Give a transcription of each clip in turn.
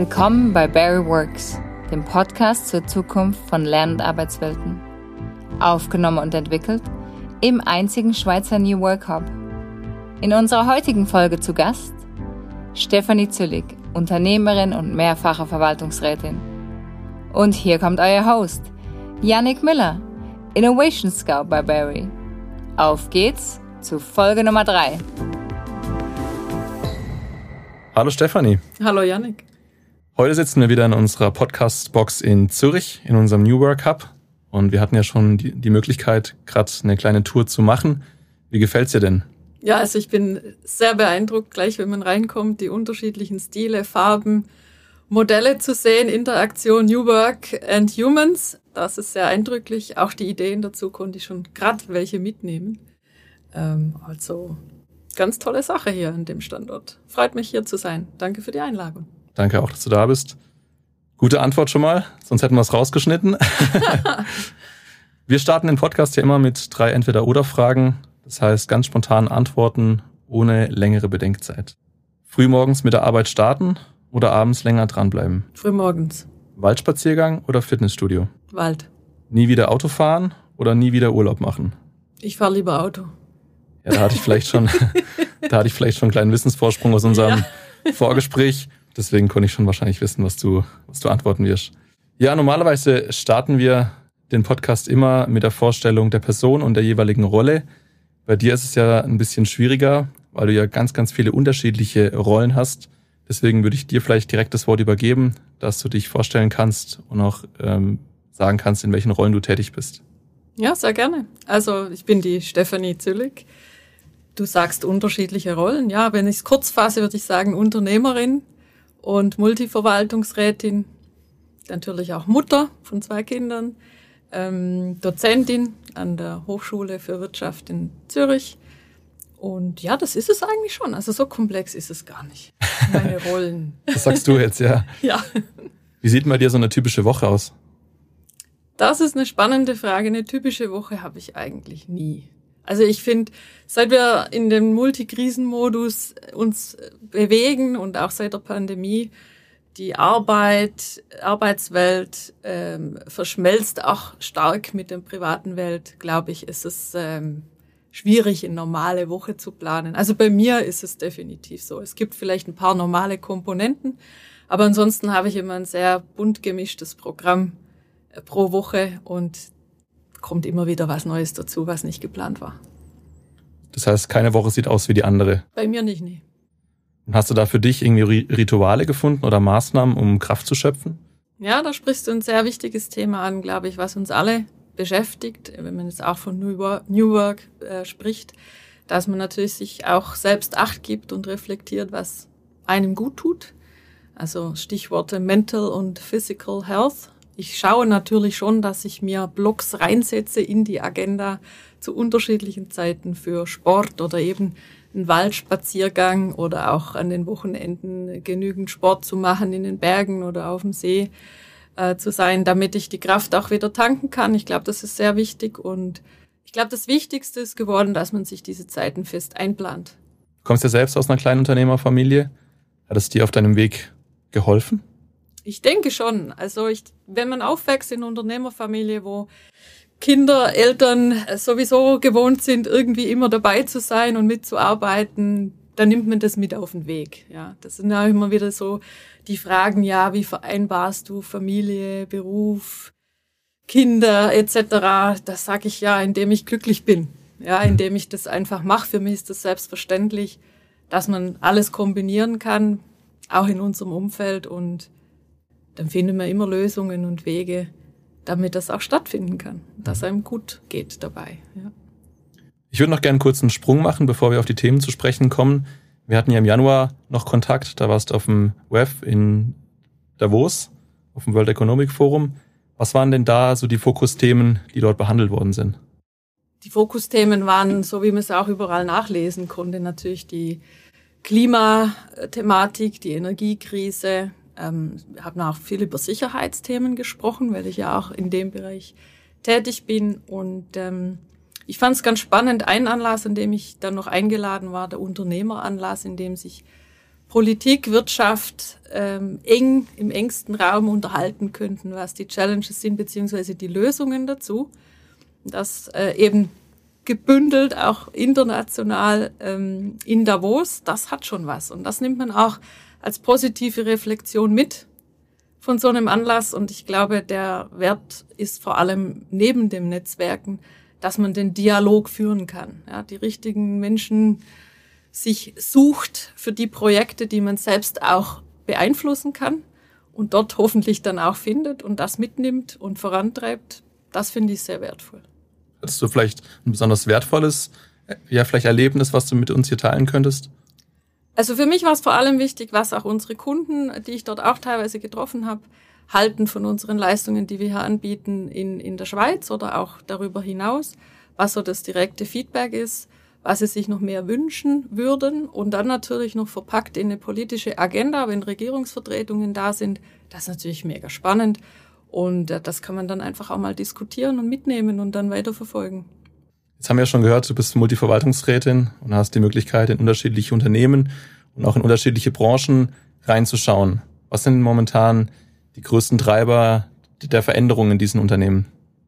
Willkommen bei Barry Works, dem Podcast zur Zukunft von Lern- und Arbeitswelten. Aufgenommen und entwickelt im einzigen Schweizer New Work Hub. In unserer heutigen Folge zu Gast Stefanie Züllig, Unternehmerin und mehrfache Verwaltungsrätin. Und hier kommt euer Host, Yannick Müller, Innovation Scout bei Barry. Auf geht's zu Folge Nummer 3. Hallo Stefanie. Hallo Yannick. Heute sitzen wir wieder in unserer Podcast-Box in Zürich, in unserem New Work Hub. Und wir hatten ja schon die Möglichkeit, gerade eine kleine Tour zu machen. Wie gefällt's dir denn? Ja, also ich bin sehr beeindruckt, gleich wenn man reinkommt, die unterschiedlichen Stile, Farben, Modelle zu sehen, Interaktion, New Work and Humans. Das ist sehr eindrücklich. Auch die Ideen dazu konnte ich schon gerade welche mitnehmen. Also ganz tolle Sache hier an dem Standort. Freut mich, hier zu sein. Danke für die Einladung. Danke auch, dass du da bist. Gute Antwort schon mal, sonst hätten wir es rausgeschnitten. Wir starten den Podcast ja immer mit 3 Entweder-oder-Fragen. Das heißt, ganz spontan antworten, ohne längere Bedenkzeit. Frühmorgens mit der Arbeit starten oder abends länger dranbleiben? Frühmorgens. Waldspaziergang oder Fitnessstudio? Wald. Nie wieder Auto fahren oder nie wieder Urlaub machen? Ich fahre lieber Auto. Ja, da hatte ich vielleicht schon einen kleinen Wissensvorsprung aus unserem Vorgespräch. Deswegen konnte ich schon wahrscheinlich wissen, was du antworten wirst. Ja, normalerweise starten wir den Podcast immer mit der Vorstellung der Person und der jeweiligen Rolle. Bei dir ist es ja ein bisschen schwieriger, weil du ja ganz, ganz viele unterschiedliche Rollen hast. Deswegen würde ich dir vielleicht direkt das Wort übergeben, dass du dich vorstellen kannst und auch sagen kannst, in welchen Rollen du tätig bist. Ja, sehr gerne. Also ich bin die Stefanie Züllig. Du sagst unterschiedliche Rollen. Ja, wenn ich es kurz fasse, würde ich sagen Unternehmerin und Multiverwaltungsrätin, natürlich auch Mutter von 2 Kindern, Dozentin an der Hochschule für Wirtschaft in Zürich. Und ja, das ist es eigentlich schon. Also so komplex ist es gar nicht, meine Rollen. Das sagst du jetzt, ja. Ja. Wie sieht bei dir so eine typische Woche aus? Das ist eine spannende Frage. Eine typische Woche habe ich eigentlich nie. Also ich finde, seit wir in dem Multikrisenmodus uns bewegen und auch seit der Pandemie, die Arbeitswelt verschmelzt auch stark mit der privaten Welt, glaube ich, ist es schwierig, eine normale Woche zu planen. Also bei mir ist es definitiv so. Es gibt vielleicht ein paar normale Komponenten, aber ansonsten habe ich immer ein sehr bunt gemischtes Programm pro Woche und kommt immer wieder was Neues dazu, was nicht geplant war. Das heißt, keine Woche sieht aus wie die andere? Bei mir nicht, nee. Und hast du da für dich irgendwie Rituale gefunden oder Maßnahmen, um Kraft zu schöpfen? Ja, da sprichst du ein sehr wichtiges Thema an, glaube ich, was uns alle beschäftigt, wenn man jetzt auch von New Work spricht, dass man natürlich sich auch selbst Acht gibt und reflektiert, was einem gut tut. Also Stichworte Mental und Physical Health. Ich schaue natürlich schon, dass ich mir Blocks reinsetze in die Agenda zu unterschiedlichen Zeiten für Sport oder eben einen Waldspaziergang oder auch an den Wochenenden genügend Sport zu machen in den Bergen oder auf dem See zu sein, damit ich die Kraft auch wieder tanken kann. Ich glaube, das ist sehr wichtig und ich glaube, das Wichtigste ist geworden, dass man sich diese Zeiten fest einplant. Du kommst ja selbst aus einer kleinen Unternehmerfamilie. Hat es dir auf deinem Weg geholfen? Ich denke schon. Also wenn man aufwächst in einer Unternehmerfamilie, wo Kinder, Eltern sowieso gewohnt sind, irgendwie immer dabei zu sein und mitzuarbeiten, dann nimmt man das mit auf den Weg. Ja, das sind ja immer wieder so die Fragen, ja, wie vereinbarst du Familie, Beruf, Kinder etc. Das sage ich ja, indem ich glücklich bin. Ja, indem ich das einfach mache. Für mich ist das selbstverständlich, dass man alles kombinieren kann, auch in unserem Umfeld und dann finden wir immer Lösungen und Wege, damit das auch stattfinden kann, dass einem gut geht dabei. Ja. Ich würde noch gerne kurz einen Sprung machen, bevor wir auf die Themen zu sprechen kommen. Wir hatten ja im Januar noch Kontakt, da warst du auf dem WEF in Davos, auf dem World Economic Forum. Was waren denn da so die Fokusthemen, die dort behandelt worden sind? Die Fokusthemen waren, so wie man es auch überall nachlesen konnte, natürlich die Klimathematik, die Energiekrise. Wir haben auch viel über Sicherheitsthemen gesprochen, weil ich ja auch in dem Bereich tätig bin. Und ich fand es ganz spannend, ein Anlass, an dem ich dann noch eingeladen war, der Unternehmeranlass, in dem sich Politik, Wirtschaft eng im engsten Raum unterhalten könnten, was die Challenges sind, beziehungsweise die Lösungen dazu. Das eben gebündelt, auch international in Davos, das hat schon was. Und das nimmt man auch als positive Reflexion mit von so einem Anlass. Und ich glaube, der Wert ist vor allem neben dem Netzwerken, dass man den Dialog führen kann. Ja, die richtigen Menschen sich sucht für die Projekte, die man selbst auch beeinflussen kann und dort hoffentlich dann auch findet und das mitnimmt und vorantreibt. Das finde ich sehr wertvoll. Hattest du vielleicht ein besonders wertvolles, vielleicht Erlebnis, was du mit uns hier teilen könntest? Also für mich war es vor allem wichtig, was auch unsere Kunden, die ich dort auch teilweise getroffen habe, halten von unseren Leistungen, die wir hier anbieten in der Schweiz oder auch darüber hinaus, was so das direkte Feedback ist, was sie sich noch mehr wünschen würden und dann natürlich noch verpackt in eine politische Agenda, wenn Regierungsvertretungen da sind. Das ist natürlich mega spannend und das kann man dann einfach auch mal diskutieren und mitnehmen und dann weiterverfolgen. Jetzt haben wir ja schon gehört, du bist Multiverwaltungsrätin und hast die Möglichkeit, in unterschiedliche Unternehmen und auch in unterschiedliche Branchen reinzuschauen. Was sind momentan die größten Treiber der Veränderungen in diesen Unternehmen?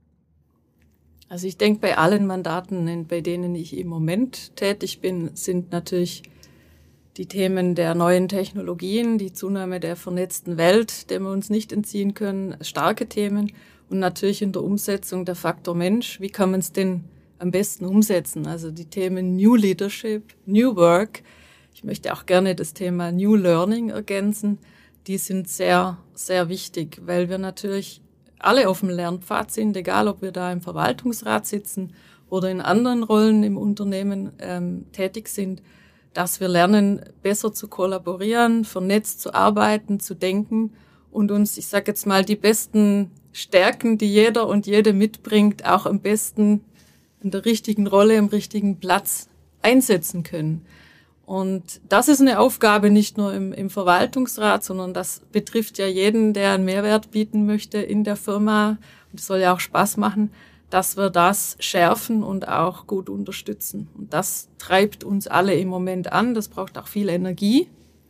Also ich denke, bei allen Mandaten, bei denen ich im Moment tätig bin, sind natürlich die Themen der neuen Technologien, die Zunahme der vernetzten Welt, der wir uns nicht entziehen können, starke Themen. Und natürlich in der Umsetzung der Faktor Mensch. Wie kann man es denn am besten umsetzen? Also die Themen New Leadership, New Work. Ich möchte auch gerne das Thema New Learning ergänzen. Die sind sehr, sehr wichtig, weil wir natürlich alle auf dem Lernpfad sind, egal ob wir da im Verwaltungsrat sitzen oder in anderen Rollen im Unternehmen tätig sind, dass wir lernen, besser zu kollaborieren, vernetzt zu arbeiten, zu denken und uns, ich sage jetzt mal, die besten Stärken, die jeder und jede mitbringt, auch am besten in der richtigen Rolle, am richtigen Platz einsetzen können. Und das ist eine Aufgabe nicht nur im Verwaltungsrat, sondern das betrifft ja jeden, der einen Mehrwert bieten möchte in der Firma. Und es soll ja auch Spaß machen, dass wir das schärfen und auch gut unterstützen. Und das treibt uns alle im Moment an. Das braucht auch viel Energie.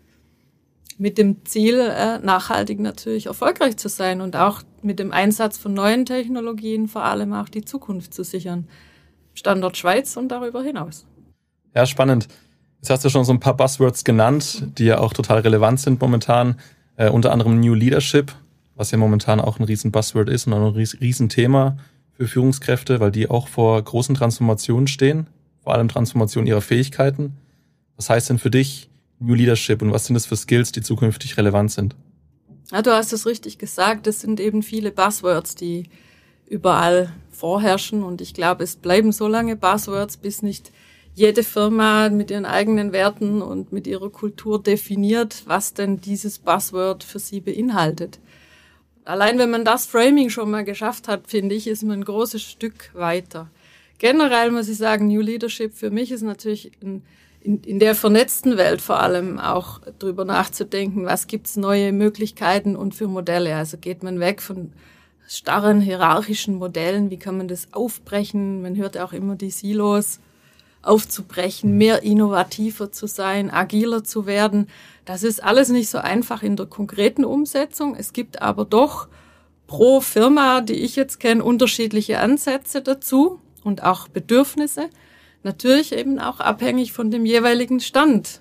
Mit dem Ziel, nachhaltig natürlich erfolgreich zu sein und auch mit dem Einsatz von neuen Technologien vor allem auch die Zukunft zu sichern. Standort Schweiz und darüber hinaus. Ja, spannend. Jetzt hast du schon so ein paar Buzzwords genannt, die ja auch total relevant sind momentan. Unter anderem New Leadership, was ja momentan auch ein riesen Buzzword ist und auch ein riesen Thema für Führungskräfte, weil die auch vor großen Transformationen stehen, vor allem Transformation ihrer Fähigkeiten. Was heißt denn für dich New Leadership und was sind das für Skills, die zukünftig relevant sind? Ja, du hast es richtig gesagt, es sind eben viele Buzzwords, die überall vorherrschen und ich glaube, es bleiben so lange Buzzwords, bis nicht jede Firma mit ihren eigenen Werten und mit ihrer Kultur definiert, was denn dieses Buzzword für sie beinhaltet. Allein wenn man das Framing schon mal geschafft hat, finde ich, ist man ein großes Stück weiter. Generell muss ich sagen, New Leadership für mich ist natürlich in der vernetzten Welt vor allem auch drüber nachzudenken, was gibt's neue Möglichkeiten und für Modelle. Also geht man weg von starren hierarchischen Modellen, wie kann man das aufbrechen? Man hört auch immer die Silos aufzubrechen, mehr innovativer zu sein, agiler zu werden. Das ist alles nicht so einfach in der konkreten Umsetzung. Es gibt aber doch pro Firma, die ich jetzt kenne, unterschiedliche Ansätze dazu und auch Bedürfnisse. Natürlich eben auch abhängig von dem jeweiligen Stand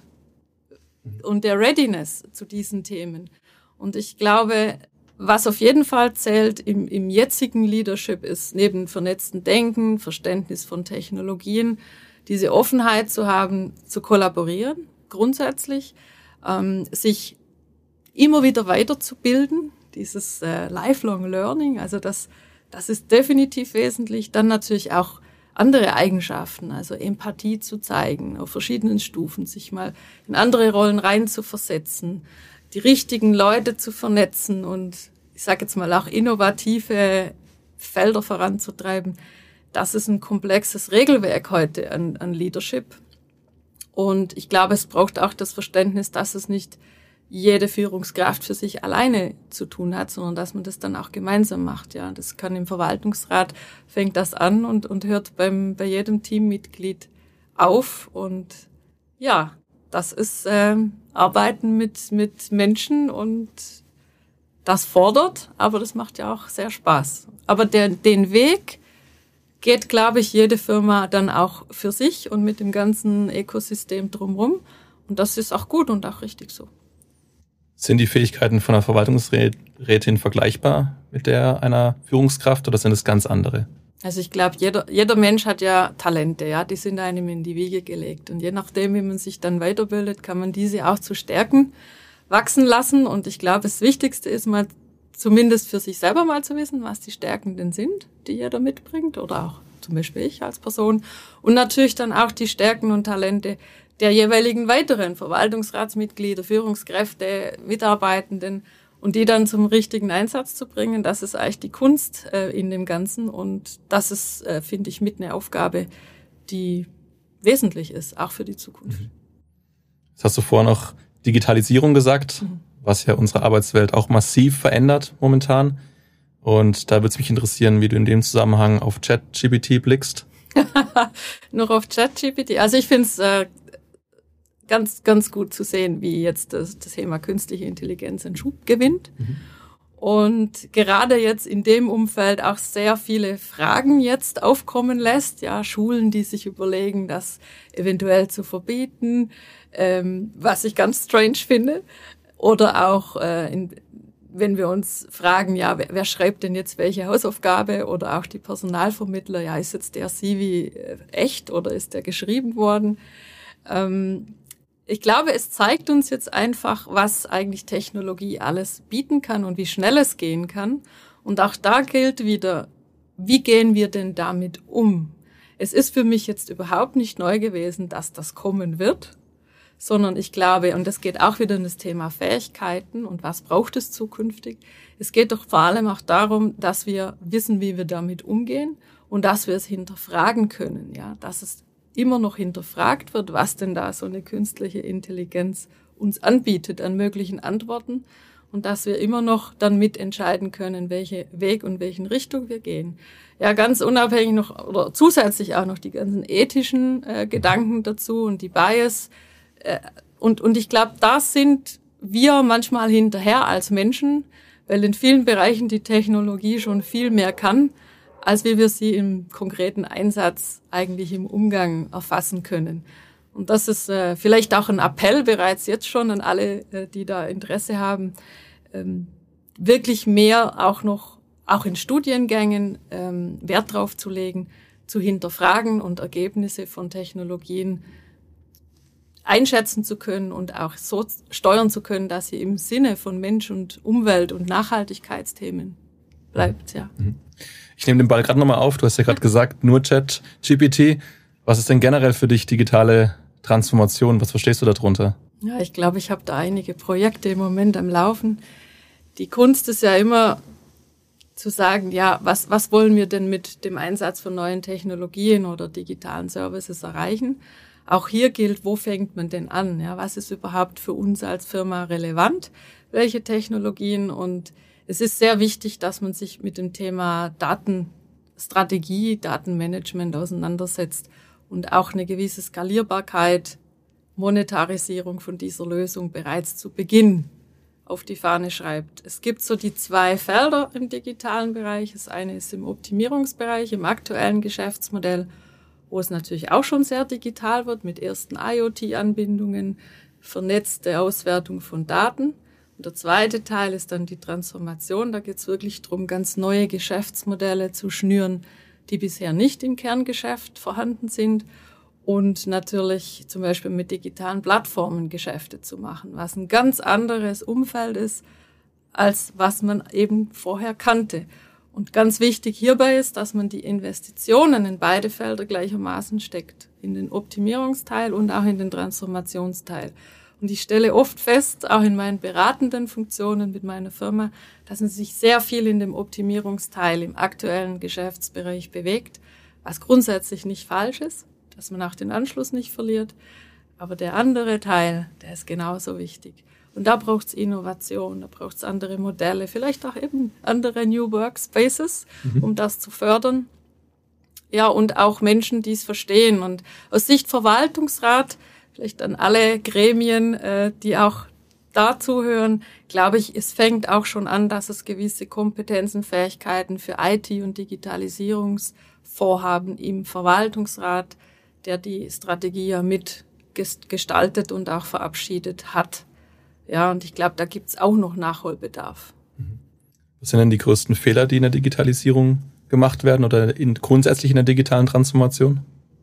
und der Readiness zu diesen Themen. Und ich glaube, was auf jeden Fall zählt im jetzigen Leadership ist neben vernetzten Denken, Verständnis von Technologien, diese Offenheit zu haben, zu kollaborieren, grundsätzlich, sich immer wieder weiterzubilden, dieses Lifelong Learning, also das ist definitiv wesentlich. Dann natürlich auch andere Eigenschaften, also Empathie zu zeigen, auf verschiedenen Stufen, sich mal in andere Rollen rein zu versetzen, die richtigen Leute zu vernetzen und ich sage jetzt mal auch innovative Felder voranzutreiben. Das ist ein komplexes Regelwerk heute an Leadership. Und ich glaube, es braucht auch das Verständnis, dass es nicht jede Führungskraft für sich alleine zu tun hat, sondern dass man das dann auch gemeinsam macht. Ja, das kann im Verwaltungsrat, fängt das an und hört bei jedem Teammitglied auf. Und ja, das ist Arbeiten mit Menschen und das fordert, aber das macht ja auch sehr Spaß. Aber den Weg geht, glaube ich, jede Firma dann auch für sich und mit dem ganzen Ökosystem drumherum. Und das ist auch gut und auch richtig so. Sind die Fähigkeiten von einer Verwaltungsrätin vergleichbar mit der einer Führungskraft oder sind es ganz andere? Also ich glaube, jeder Mensch hat ja Talente, ja, die sind einem in die Wiege gelegt. Und je nachdem, wie man sich dann weiterbildet, kann man diese auch zu Stärken wachsen lassen. Und ich glaube, das Wichtigste ist mal zumindest für sich selber mal zu wissen, was die Stärken denn sind, die jeder mitbringt oder auch zum Beispiel ich als Person. Und natürlich dann auch die Stärken und Talente der jeweiligen weiteren Verwaltungsratsmitglieder, Führungskräfte, Mitarbeitenden und die dann zum richtigen Einsatz zu bringen. Das ist eigentlich die Kunst in dem Ganzen und das ist, finde ich, mit eine Aufgabe, die wesentlich ist, auch für die Zukunft. Jetzt hast du vorher noch Digitalisierung gesagt, was ja unsere Arbeitswelt auch massiv verändert momentan. Und da würde es mich interessieren, wie du in dem Zusammenhang auf ChatGPT blickst. Nur auf ChatGPT. Also ich finde es ganz, ganz gut zu sehen, wie jetzt das Thema künstliche Intelligenz einen Schub gewinnt. Und gerade jetzt in dem Umfeld auch sehr viele Fragen jetzt aufkommen lässt. Ja, Schulen, die sich überlegen, das eventuell zu verbieten, was ich ganz strange finde. Oder auch, wenn wir uns fragen, ja, wer schreibt denn jetzt welche Hausaufgabe? Oder auch die Personalvermittler, ja, ist jetzt der CV echt oder ist der geschrieben worden? Ich glaube, es zeigt uns jetzt einfach, was eigentlich Technologie alles bieten kann und wie schnell es gehen kann. Und auch da gilt wieder, wie gehen wir denn damit um? Es ist für mich jetzt überhaupt nicht neu gewesen, dass das kommen wird, sondern ich glaube, und das geht auch wieder in das Thema Fähigkeiten und was braucht es zukünftig. Es geht doch vor allem auch darum, dass wir wissen, wie wir damit umgehen und dass wir es hinterfragen können, ja, dass es immer noch hinterfragt wird, was denn da so eine künstliche Intelligenz uns anbietet an möglichen Antworten und dass wir immer noch dann mitentscheiden können, welche Weg und welchen Richtung wir gehen. Ja, ganz unabhängig noch oder zusätzlich auch noch die ganzen ethischen Gedanken dazu und die Bias. Und ich glaube, da sind wir manchmal hinterher als Menschen, weil in vielen Bereichen die Technologie schon viel mehr kann, als wie wir sie im konkreten Einsatz eigentlich im Umgang erfassen können. Und das ist vielleicht auch ein Appell bereits jetzt schon an alle, die da Interesse haben, wirklich mehr auch in Studiengängen Wert drauf zu legen, zu hinterfragen und Ergebnisse von Technologien einschätzen zu können und auch so steuern zu können, dass sie im Sinne von Mensch und Umwelt und Nachhaltigkeitsthemen bleibt, ja. Ich nehme den Ball gerade nochmal auf. Du hast ja gerade gesagt, nur ChatGPT. Was ist denn generell für dich digitale Transformation? Was verstehst du darunter? Ja, ich glaube, ich habe da einige Projekte im Moment am Laufen. Die Kunst ist ja immer zu sagen, ja, was wollen wir denn mit dem Einsatz von neuen Technologien oder digitalen Services erreichen? Auch hier gilt, wo fängt man denn an? Ja, was ist überhaupt für uns als Firma relevant? Welche Technologien? Und es ist sehr wichtig, dass man sich mit dem Thema Datenstrategie, Datenmanagement auseinandersetzt und auch eine gewisse Skalierbarkeit, Monetarisierung von dieser Lösung bereits zu Beginn auf die Fahne schreibt. Es gibt so die 2 Felder im digitalen Bereich. Das eine ist im Optimierungsbereich, im aktuellen Geschäftsmodell, wo es natürlich auch schon sehr digital wird mit ersten IoT-Anbindungen, vernetzte Auswertung von Daten. Und der zweite Teil ist dann die Transformation. Da geht es wirklich darum, ganz neue Geschäftsmodelle zu schnüren, die bisher nicht im Kerngeschäft vorhanden sind und natürlich zum Beispiel mit digitalen Plattformen Geschäfte zu machen, was ein ganz anderes Umfeld ist, als was man eben vorher kannte. Und ganz wichtig hierbei ist, dass man die Investitionen in beide Felder gleichermaßen steckt, in den Optimierungsteil und auch in den Transformationsteil. Und ich stelle oft fest, auch in meinen beratenden Funktionen mit meiner Firma, dass man sich sehr viel in dem Optimierungsteil im aktuellen Geschäftsbereich bewegt, was grundsätzlich nicht falsch ist, dass man auch den Anschluss nicht verliert. Aber der andere Teil, der ist genauso wichtig. Und da braucht es Innovation, da braucht es andere Modelle, vielleicht auch eben andere New Workspaces, um das zu fördern. Ja, und auch Menschen, die es verstehen. Und aus Sicht Verwaltungsrat vielleicht an alle Gremien, die auch da zuhören, glaube ich, es fängt auch schon an, dass es gewisse Kompetenzen, Fähigkeiten für IT- und Digitalisierungsvorhaben im Verwaltungsrat, der die Strategie ja mit gestaltet und auch verabschiedet hat. Ja, und ich glaube, da gibt es auch noch Nachholbedarf. Was sind denn die größten Fehler, die in der Digitalisierung gemacht werden oder grundsätzlich in der digitalen Transformation?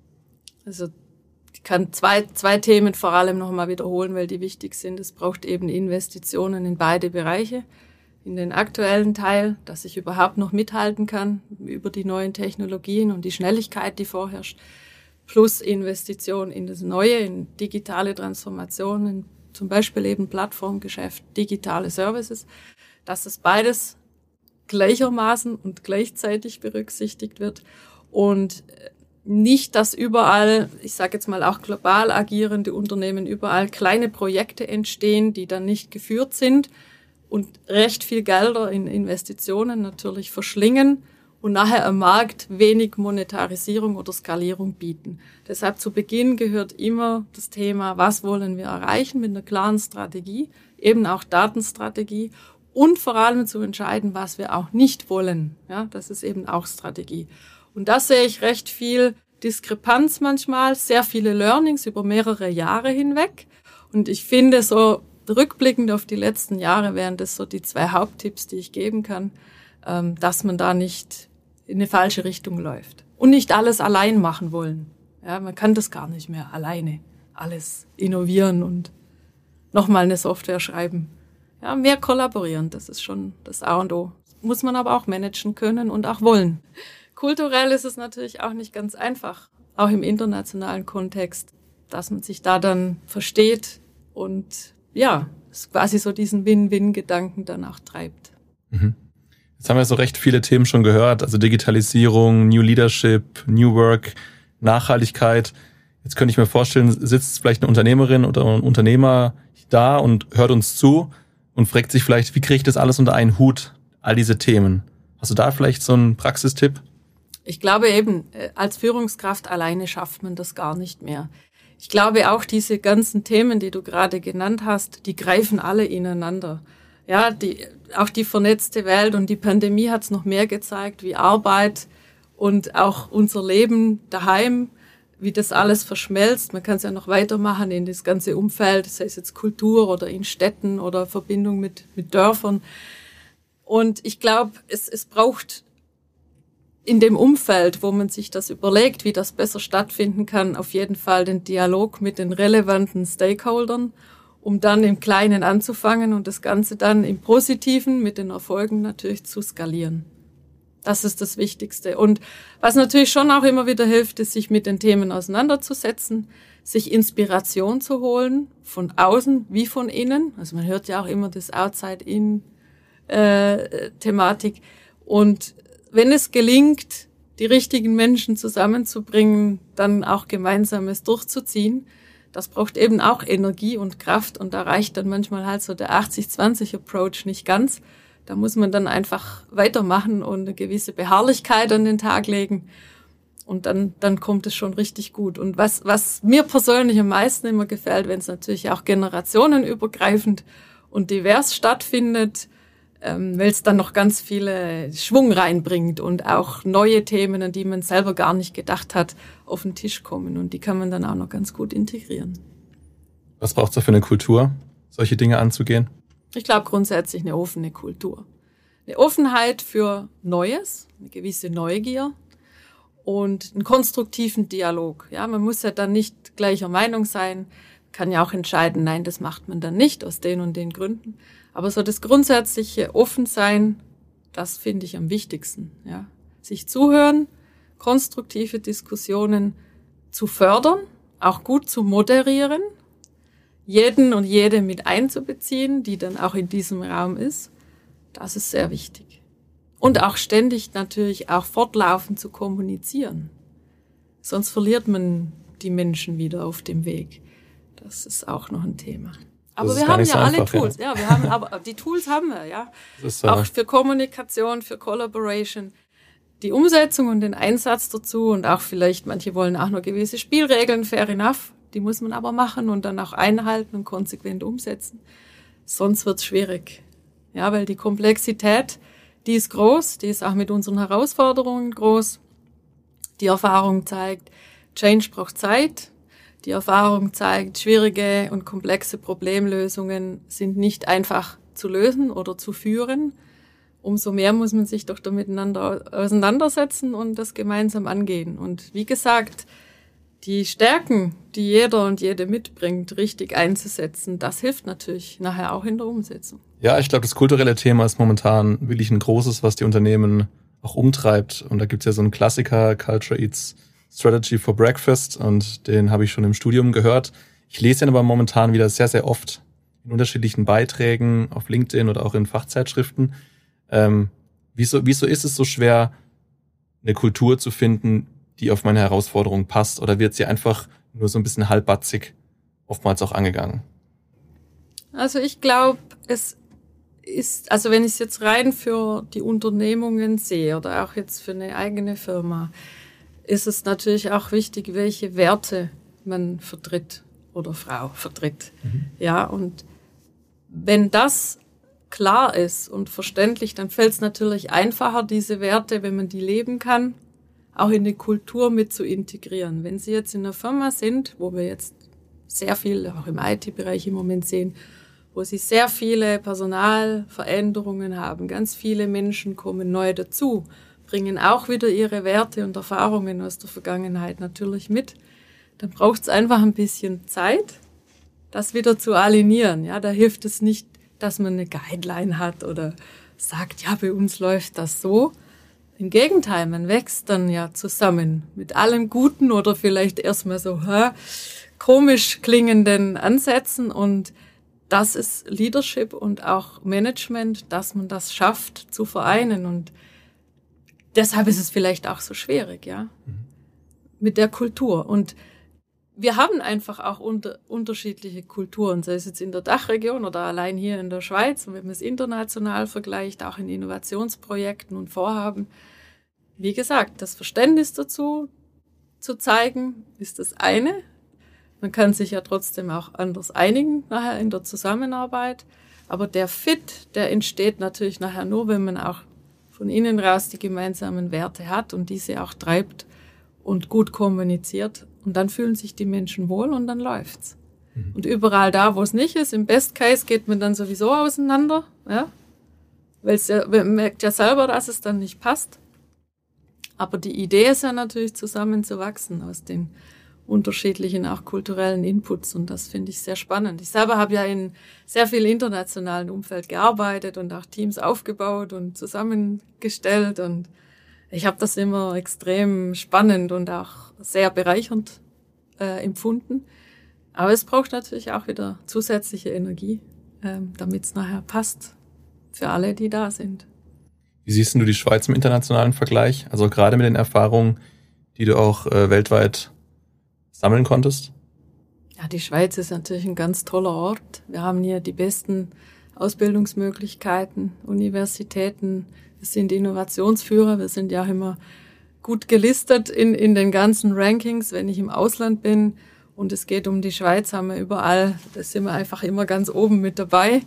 Also ich kann zwei Themen vor allem nochmal wiederholen, weil die wichtig sind. Es braucht eben Investitionen in beide Bereiche. In den aktuellen Teil, dass ich überhaupt noch mithalten kann über die neuen Technologien und die Schnelligkeit, die vorherrscht, plus Investition in das Neue, in digitale Transformationen, zum Beispiel eben Plattformgeschäft, digitale Services, dass das beides gleichermaßen und gleichzeitig berücksichtigt wird und nicht, dass überall, ich sage jetzt mal auch global agierende Unternehmen, überall kleine Projekte entstehen, die dann nicht geführt sind und recht viel Gelder in Investitionen natürlich verschlingen und nachher am Markt wenig Monetarisierung oder Skalierung bieten. Deshalb zu Beginn gehört immer das Thema, was wollen wir erreichen mit einer klaren Strategie, eben auch Datenstrategie und vor allem zu entscheiden, was wir auch nicht wollen. Ja, das ist eben auch Strategie. Und da sehe ich recht viel Diskrepanz manchmal, sehr viele Learnings über mehrere Jahre hinweg. Und ich finde so rückblickend auf die letzten Jahre wären das so die 2 Haupttipps, die ich geben kann, dass man da nicht in eine falsche Richtung läuft. Und nicht alles allein machen wollen. Ja, man kann das gar nicht mehr alleine alles innovieren und nochmal eine Software schreiben. Ja, mehr kollaborieren, das ist schon das A und O. Muss man aber auch managen können und auch wollen. Kulturell ist es natürlich auch nicht ganz einfach, auch im internationalen Kontext, dass man sich da dann versteht und ja, quasi so diesen Win-Win-Gedanken dann auch treibt. Mhm. Jetzt haben wir so recht viele Themen schon gehört, also Digitalisierung, New Leadership, New Work, Nachhaltigkeit. Jetzt könnte ich mir vorstellen, sitzt vielleicht eine Unternehmerin oder ein Unternehmer da und hört uns zu und fragt sich vielleicht, wie kriege ich das alles unter einen Hut, all diese Themen? Hast du da vielleicht so einen Praxistipp? Ich glaube eben, als Führungskraft alleine schafft man das gar nicht mehr. Ich glaube auch, diese ganzen Themen, die du gerade genannt hast, die greifen alle ineinander. Ja, auch die vernetzte Welt und die Pandemie hat es noch mehr gezeigt, wie Arbeit und auch unser Leben daheim, wie das alles verschmelzt. Man kann es ja noch weitermachen in das ganze Umfeld, sei es jetzt Kultur oder in Städten oder Verbindung mit Dörfern. Und ich glaube, es braucht in dem Umfeld, wo man sich das überlegt, wie das besser stattfinden kann, auf jeden Fall den Dialog mit den relevanten Stakeholdern, um dann im Kleinen anzufangen und das Ganze dann im Positiven mit den Erfolgen natürlich zu skalieren. Das ist das Wichtigste. Und was natürlich schon auch immer wieder hilft, ist, sich mit den Themen auseinanderzusetzen, sich Inspiration zu holen, von außen wie von innen. Also man hört ja auch immer das Outside-In-Thematik. Und wenn es gelingt, die richtigen Menschen zusammenzubringen, dann auch Gemeinsames durchzuziehen, das braucht eben auch Energie und Kraft und da reicht dann manchmal halt so der 80-20-Approach nicht ganz. Da muss man dann einfach weitermachen und eine gewisse Beharrlichkeit an den Tag legen und dann kommt es schon richtig gut. Und was mir persönlich am meisten immer gefällt, wenn es natürlich auch generationenübergreifend und divers stattfindet, weil es dann noch ganz viele Schwung reinbringt und auch neue Themen, an die man selber gar nicht gedacht hat, auf den Tisch kommen. Und die kann man dann auch noch ganz gut integrieren. Was braucht es da für eine Kultur, solche Dinge anzugehen? Ich glaube grundsätzlich eine offene Kultur. Eine Offenheit für Neues, eine gewisse Neugier und einen konstruktiven Dialog. Ja, man muss ja dann nicht gleicher Meinung sein, kann ja auch entscheiden, nein, das macht man dann nicht aus den und den Gründen. Aber so das grundsätzliche Offensein, das finde ich am wichtigsten. Ja, sich zuhören, konstruktive Diskussionen zu fördern, auch gut zu moderieren, jeden und jede mit einzubeziehen, die dann auch in diesem Raum ist. Das ist sehr wichtig. Und auch ständig natürlich auch fortlaufend zu kommunizieren. Sonst verliert man die Menschen wieder auf dem Weg. Das ist auch noch ein Thema. Aber wir haben ja alle Tools. Ja, wir haben, aber die Tools haben wir, ja. Auch für Kommunikation, für Collaboration. Die Umsetzung und den Einsatz dazu und auch vielleicht, manche wollen auch noch gewisse Spielregeln, fair enough. Die muss man aber machen und dann auch einhalten und konsequent umsetzen. Sonst wird's schwierig. Ja, weil die Komplexität, die ist groß, die ist auch mit unseren Herausforderungen groß. Die Erfahrung zeigt, Change braucht Zeit. Die Erfahrung zeigt, schwierige und komplexe Problemlösungen sind nicht einfach zu lösen oder zu führen. Umso mehr muss man sich doch da miteinander auseinandersetzen und das gemeinsam angehen. Und wie gesagt, die Stärken, die jeder und jede mitbringt, richtig einzusetzen, das hilft natürlich nachher auch in der Umsetzung. Ja, ich glaube, das kulturelle Thema ist momentan wirklich ein großes, was die Unternehmen auch umtreibt. Und da gibt's ja so einen Klassiker, Culture Eats Strategy for Breakfast, und den habe ich schon im Studium gehört. Ich lese ihn aber momentan wieder sehr, sehr oft in unterschiedlichen Beiträgen auf LinkedIn oder auch in Fachzeitschriften. Wieso ist es so schwer, eine Kultur zu finden, die auf meine Herausforderungen passt? Oder wird sie einfach nur so ein bisschen halbbatzig oftmals auch angegangen? Also ich glaube, es ist, also wenn ich es jetzt rein für die Unternehmungen sehe oder auch jetzt für eine eigene Firma, ist es natürlich auch wichtig, welche Werte man vertritt oder Frau vertritt. Ja, und wenn das klar ist und verständlich, dann fällt es natürlich einfacher, diese Werte, wenn man die leben kann, auch in die Kultur mit zu integrieren. Wenn Sie jetzt in einer Firma sind, wo wir jetzt sehr viel, auch im IT-Bereich im Moment sehen, wo Sie sehr viele Personalveränderungen haben, ganz viele Menschen kommen neu dazu, bringen auch wieder ihre Werte und Erfahrungen aus der Vergangenheit natürlich mit, dann braucht es einfach ein bisschen Zeit, das wieder zu alignieren. Ja, da hilft es nicht, dass man eine Guideline hat oder sagt, ja, bei uns läuft das so. Im Gegenteil, man wächst dann ja zusammen mit allem Guten oder vielleicht erstmal so komisch klingenden Ansätzen, und das ist Leadership und auch Management, dass man das schafft zu vereinen, und deshalb ist es vielleicht auch so schwierig, ja, mit der Kultur. Und wir haben einfach auch unterschiedliche Kulturen, sei es jetzt in der Dachregion oder allein hier in der Schweiz. Und wenn man es international vergleicht, auch in Innovationsprojekten und Vorhaben, wie gesagt, das Verständnis dazu zu zeigen, ist das eine. Man kann sich ja trotzdem auch anders einigen nachher in der Zusammenarbeit. Aber der Fit, der entsteht natürlich nachher nur, wenn man auch von innen raus die gemeinsamen Werte hat und diese auch treibt und gut kommuniziert. Und dann fühlen sich die Menschen wohl und dann läuft's. Und überall da, wo es nicht ist, im Best Case geht man dann sowieso auseinander, ja, weil man merkt ja selber, dass es dann nicht passt. Aber die Idee ist ja natürlich, zusammenzuwachsen aus den unterschiedlichen, auch kulturellen Inputs, und das finde ich sehr spannend. Ich selber habe ja in sehr viel internationalen Umfeld gearbeitet und auch Teams aufgebaut und zusammengestellt, und ich habe das immer extrem spannend und auch sehr bereichernd empfunden. Aber es braucht natürlich auch wieder zusätzliche Energie, damit es nachher passt für alle, die da sind. Wie siehst du die Schweiz im internationalen Vergleich? Also gerade mit den Erfahrungen, die du auch weltweit sammeln konntest? Ja, die Schweiz ist natürlich ein ganz toller Ort. Wir haben hier die besten Ausbildungsmöglichkeiten, Universitäten. Wir sind Innovationsführer. Wir sind ja auch immer gut gelistet in den ganzen Rankings, wenn ich im Ausland bin. Und es geht um die Schweiz, haben wir überall, da sind wir einfach immer ganz oben mit dabei.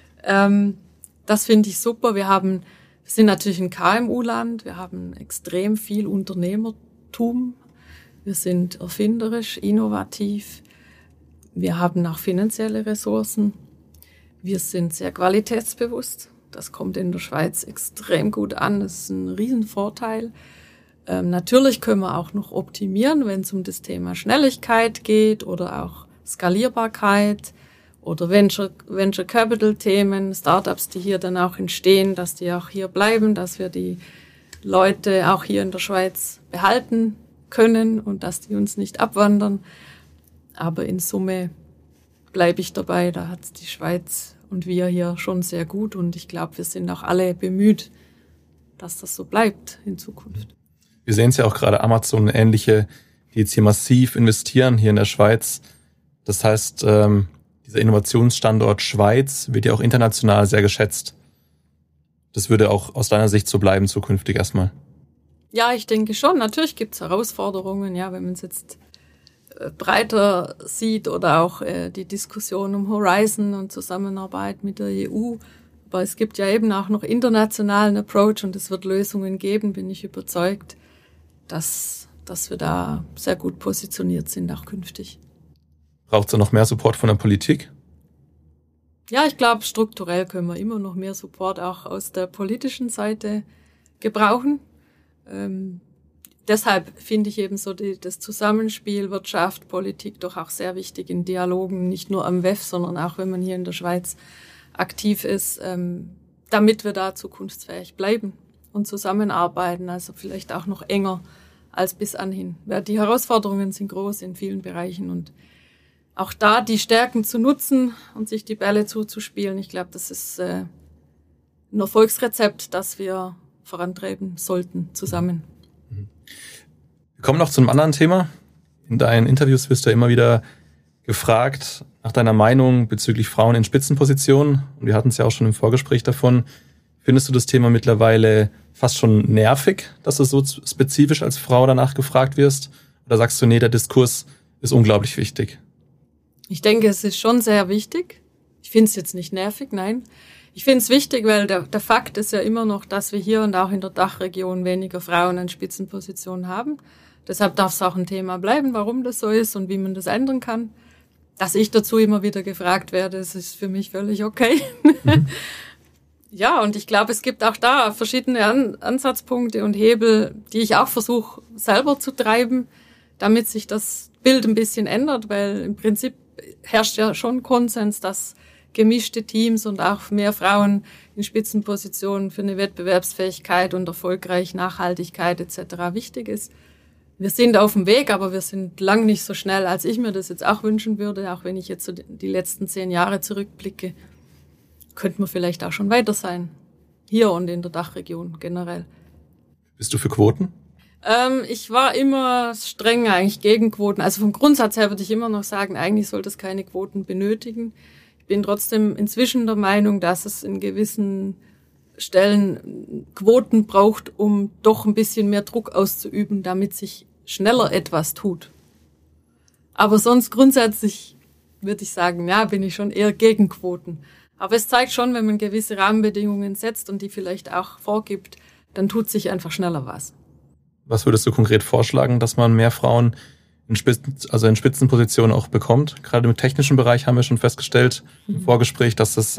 Das finde ich super. Wir sind natürlich ein KMU-Land. Wir haben extrem viel Unternehmertum. Wir sind erfinderisch, innovativ. Wir haben auch finanzielle Ressourcen. Wir sind sehr qualitätsbewusst. Das kommt in der Schweiz extrem gut an. Das ist ein Riesenvorteil. Natürlich können wir auch noch optimieren, wenn es um das Thema Schnelligkeit geht oder auch Skalierbarkeit oder Venture Capital Themen, Startups, die hier dann auch entstehen, dass die auch hier bleiben, dass wir die Leute auch hier in der Schweiz behalten können und dass die uns nicht abwandern. Aber in Summe bleibe ich dabei, da hat die Schweiz und wir hier schon sehr gut, und ich glaube, wir sind auch alle bemüht, dass das so bleibt in Zukunft. Wir sehen es ja auch gerade, Amazon und ähnliche, die jetzt hier massiv investieren hier in der Schweiz. Das heißt, dieser Innovationsstandort Schweiz wird ja auch international sehr geschätzt. Das würde auch aus deiner Sicht so bleiben zukünftig erstmal. Ja, ich denke schon. Natürlich gibt es Herausforderungen, ja, wenn man es jetzt breiter sieht oder auch die Diskussion um Horizon und Zusammenarbeit mit der EU. Aber es gibt ja eben auch noch internationalen Approach und es wird Lösungen geben, bin ich überzeugt, dass wir da sehr gut positioniert sind, auch künftig. Braucht es da noch mehr Support von der Politik? Ja, ich glaube, strukturell können wir immer noch mehr Support auch aus der politischen Seite gebrauchen. Deshalb finde ich eben so das Zusammenspiel Wirtschaft, Politik doch auch sehr wichtig in Dialogen, nicht nur am WEF, sondern auch wenn man hier in der Schweiz aktiv ist, damit wir da zukunftsfähig bleiben und zusammenarbeiten, also vielleicht auch noch enger als bis anhin. Die Herausforderungen sind groß in vielen Bereichen und auch da die Stärken zu nutzen und sich die Bälle zuzuspielen, ich glaube, das ist ein Erfolgsrezept, das wir vorantreiben sollten zusammen. Wir kommen noch zu einem anderen Thema. In deinen Interviews wirst du ja immer wieder gefragt nach deiner Meinung bezüglich Frauen in Spitzenpositionen. Und wir hatten es ja auch schon im Vorgespräch davon. Findest du das Thema mittlerweile fast schon nervig, dass du so spezifisch als Frau danach gefragt wirst? Oder sagst du, nee, der Diskurs ist unglaublich wichtig? Ich denke, es ist schon sehr wichtig. Ich finde es jetzt nicht nervig, nein. Ich finde es wichtig, weil der Fakt ist ja immer noch, dass wir hier und auch in der Dachregion weniger Frauen in Spitzenpositionen haben. Deshalb darf es auch ein Thema bleiben, warum das so ist und wie man das ändern kann. Dass ich dazu immer wieder gefragt werde, das ist für mich völlig okay. Ja, und ich glaube, es gibt auch da verschiedene Ansatzpunkte und Hebel, die ich auch versuche selber zu treiben, damit sich das Bild ein bisschen ändert, weil im Prinzip herrscht ja schon Konsens, dass gemischte Teams und auch mehr Frauen in Spitzenpositionen für eine Wettbewerbsfähigkeit und erfolgreich Nachhaltigkeit etc. wichtig ist. Wir sind auf dem Weg, aber wir sind lang nicht so schnell, als ich mir das jetzt auch wünschen würde. Auch wenn ich jetzt so die letzten 10 Jahre zurückblicke, könnte man vielleicht auch schon weiter sein. Hier und in der Dachregion generell. Bist du für Quoten? Ich war immer streng eigentlich gegen Quoten. Also vom Grundsatz her würde ich immer noch sagen, eigentlich sollte es keine Quoten benötigen. Ich bin trotzdem inzwischen der Meinung, dass es in gewissen Stellen Quoten braucht, um doch ein bisschen mehr Druck auszuüben, damit sich schneller etwas tut. Aber sonst grundsätzlich würde ich sagen, ja, bin ich schon eher gegen Quoten. Aber es zeigt schon, wenn man gewisse Rahmenbedingungen setzt und die vielleicht auch vorgibt, dann tut sich einfach schneller was. Was würdest du konkret vorschlagen, dass man mehr Frauen in Spitzenpositionen auch bekommt? Gerade im technischen Bereich haben wir schon festgestellt im Vorgespräch, dass das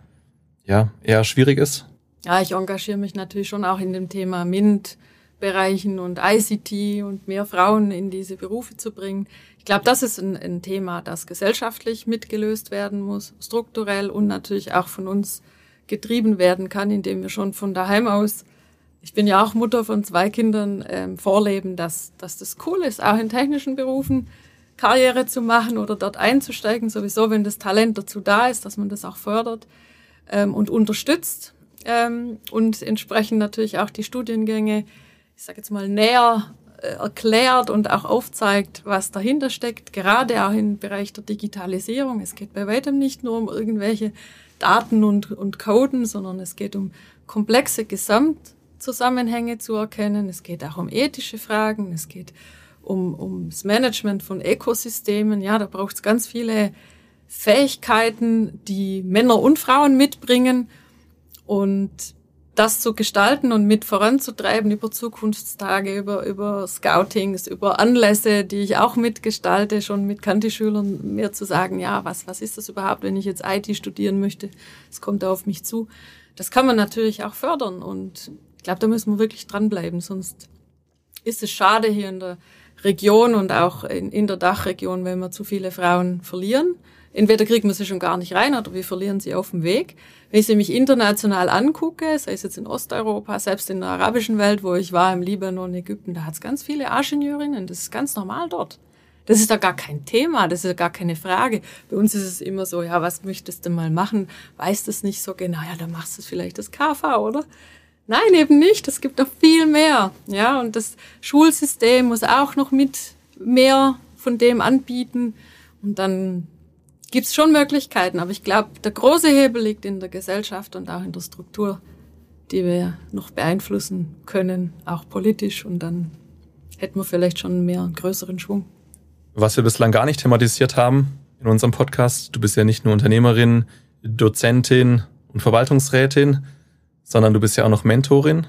eher schwierig ist. Ja, ich engagiere mich natürlich schon auch in dem Thema MINT-Bereichen und ICT und mehr Frauen in diese Berufe zu bringen. Ich glaube, das ist ein Thema, das gesellschaftlich mitgelöst werden muss, strukturell und natürlich auch von uns getrieben werden kann, indem wir schon von daheim aus, ich bin ja auch Mutter von 2 Kindern, vorleben, dass das cool ist, auch in technischen Berufen Karriere zu machen oder dort einzusteigen, sowieso, wenn das Talent dazu da ist, dass man das auch fördert und unterstützt und entsprechend natürlich auch die Studiengänge, ich sage jetzt mal, näher erklärt und auch aufzeigt, was dahinter steckt, gerade auch im Bereich der Digitalisierung. Es geht bei weitem nicht nur um irgendwelche Daten und Coden, sondern es geht um komplexe Gesamtzusammenhänge zu erkennen. Es geht auch um ethische Fragen. Es geht um das Management von Ökosystemen. Ja, da braucht es ganz viele Fähigkeiten, die Männer und Frauen mitbringen. Und das zu gestalten und mit voranzutreiben über Zukunftstage, über Scoutings, über Anlässe, die ich auch mitgestalte, schon mit Kanti-Schülern mehr zu sagen, ja, was ist das überhaupt, wenn ich jetzt IT studieren möchte? Es kommt da auf mich zu. Das kann man natürlich auch fördern und ich glaube, da müssen wir wirklich dranbleiben, sonst ist es schade hier in der Region und auch in der Dachregion, wenn wir zu viele Frauen verlieren. Entweder kriegen wir sie schon gar nicht rein oder wir verlieren sie auf dem Weg. Wenn ich sie mich international angucke, sei es jetzt in Osteuropa, selbst in der arabischen Welt, wo ich war, im Libanon, Ägypten, da hat es ganz viele Ingenieurinnen. Das ist ganz normal dort. Das ist da gar kein Thema, das ist ja gar keine Frage. Bei uns ist es immer so, ja, was möchtest du mal machen? Weißt es nicht so genau, ja, dann machst du vielleicht das KV, oder? Nein, eben nicht. Es gibt noch viel mehr. Ja, und das Schulsystem muss auch noch mit mehr von dem anbieten. Und dann gibt's schon Möglichkeiten. Aber ich glaube, der große Hebel liegt in der Gesellschaft und auch in der Struktur, die wir noch beeinflussen können, auch politisch. Und dann hätten wir vielleicht schon mehr einen größeren Schwung. Was wir bislang gar nicht thematisiert haben in unserem Podcast, du bist ja nicht nur Unternehmerin, Dozentin und Verwaltungsrätin, sondern du bist ja auch noch Mentorin.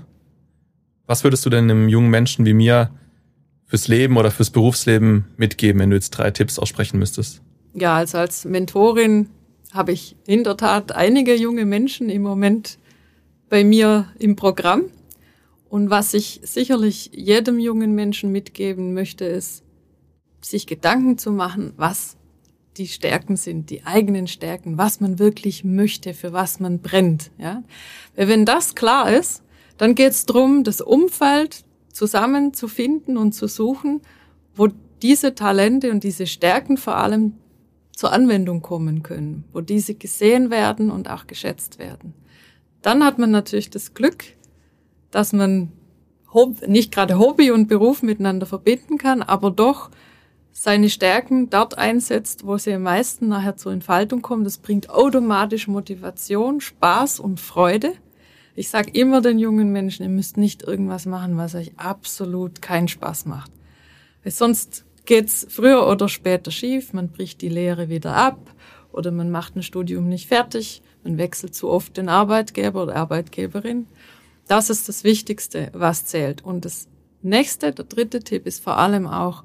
Was würdest du denn einem jungen Menschen wie mir fürs Leben oder fürs Berufsleben mitgeben, wenn du jetzt 3 Tipps aussprechen müsstest? Ja, also als Mentorin habe ich in der Tat einige junge Menschen im Moment bei mir im Programm. Und was ich sicherlich jedem jungen Menschen mitgeben möchte, ist, sich Gedanken zu machen, was die Stärken sind, die eigenen Stärken, was man wirklich möchte, für was man brennt. Ja? Weil wenn das klar ist, dann geht es darum, das Umfeld zusammenzufinden und zu suchen, wo diese Talente und diese Stärken vor allem zur Anwendung kommen können, wo diese gesehen werden und auch geschätzt werden. Dann hat man natürlich das Glück, dass man nicht gerade Hobby und Beruf miteinander verbinden kann, aber doch seine Stärken dort einsetzt, wo sie am meisten nachher zur Entfaltung kommen. Das bringt automatisch Motivation, Spaß und Freude. Ich sage immer den jungen Menschen, ihr müsst nicht irgendwas machen, was euch absolut keinen Spaß macht. Weil sonst geht's früher oder später schief, man bricht die Lehre wieder ab oder man macht ein Studium nicht fertig, man wechselt zu oft den Arbeitgeber oder Arbeitgeberin. Das ist das Wichtigste, was zählt. Und das nächste, der 3. Tipp ist vor allem auch,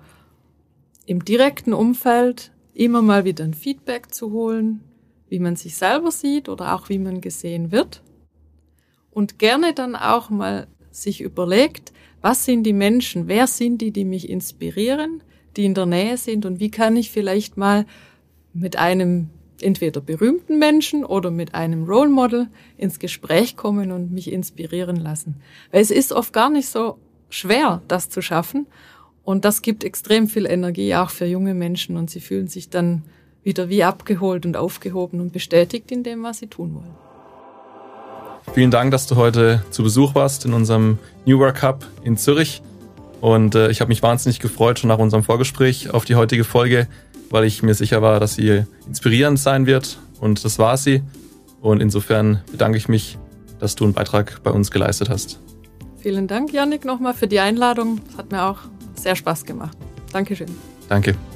im direkten Umfeld immer mal wieder ein Feedback zu holen, wie man sich selber sieht oder auch wie man gesehen wird. Und gerne dann auch mal sich überlegt, was sind die Menschen, wer sind die mich inspirieren, die in der Nähe sind und wie kann ich vielleicht mal mit einem entweder berühmten Menschen oder mit einem Role Model ins Gespräch kommen und mich inspirieren lassen. Weil es ist oft gar nicht so schwer, das zu schaffen. Und das gibt extrem viel Energie auch für junge Menschen und sie fühlen sich dann wieder wie abgeholt und aufgehoben und bestätigt in dem, was sie tun wollen. Vielen Dank, dass du heute zu Besuch warst in unserem New Work Hub in Zürich. Und ich habe mich wahnsinnig gefreut schon nach unserem Vorgespräch auf die heutige Folge, weil ich mir sicher war, dass sie inspirierend sein wird. Und das war sie. Und insofern bedanke ich mich, dass du einen Beitrag bei uns geleistet hast. Vielen Dank, Jannik, nochmal für die Einladung. Das hat mir auch sehr Spaß gemacht. Dankeschön. Danke.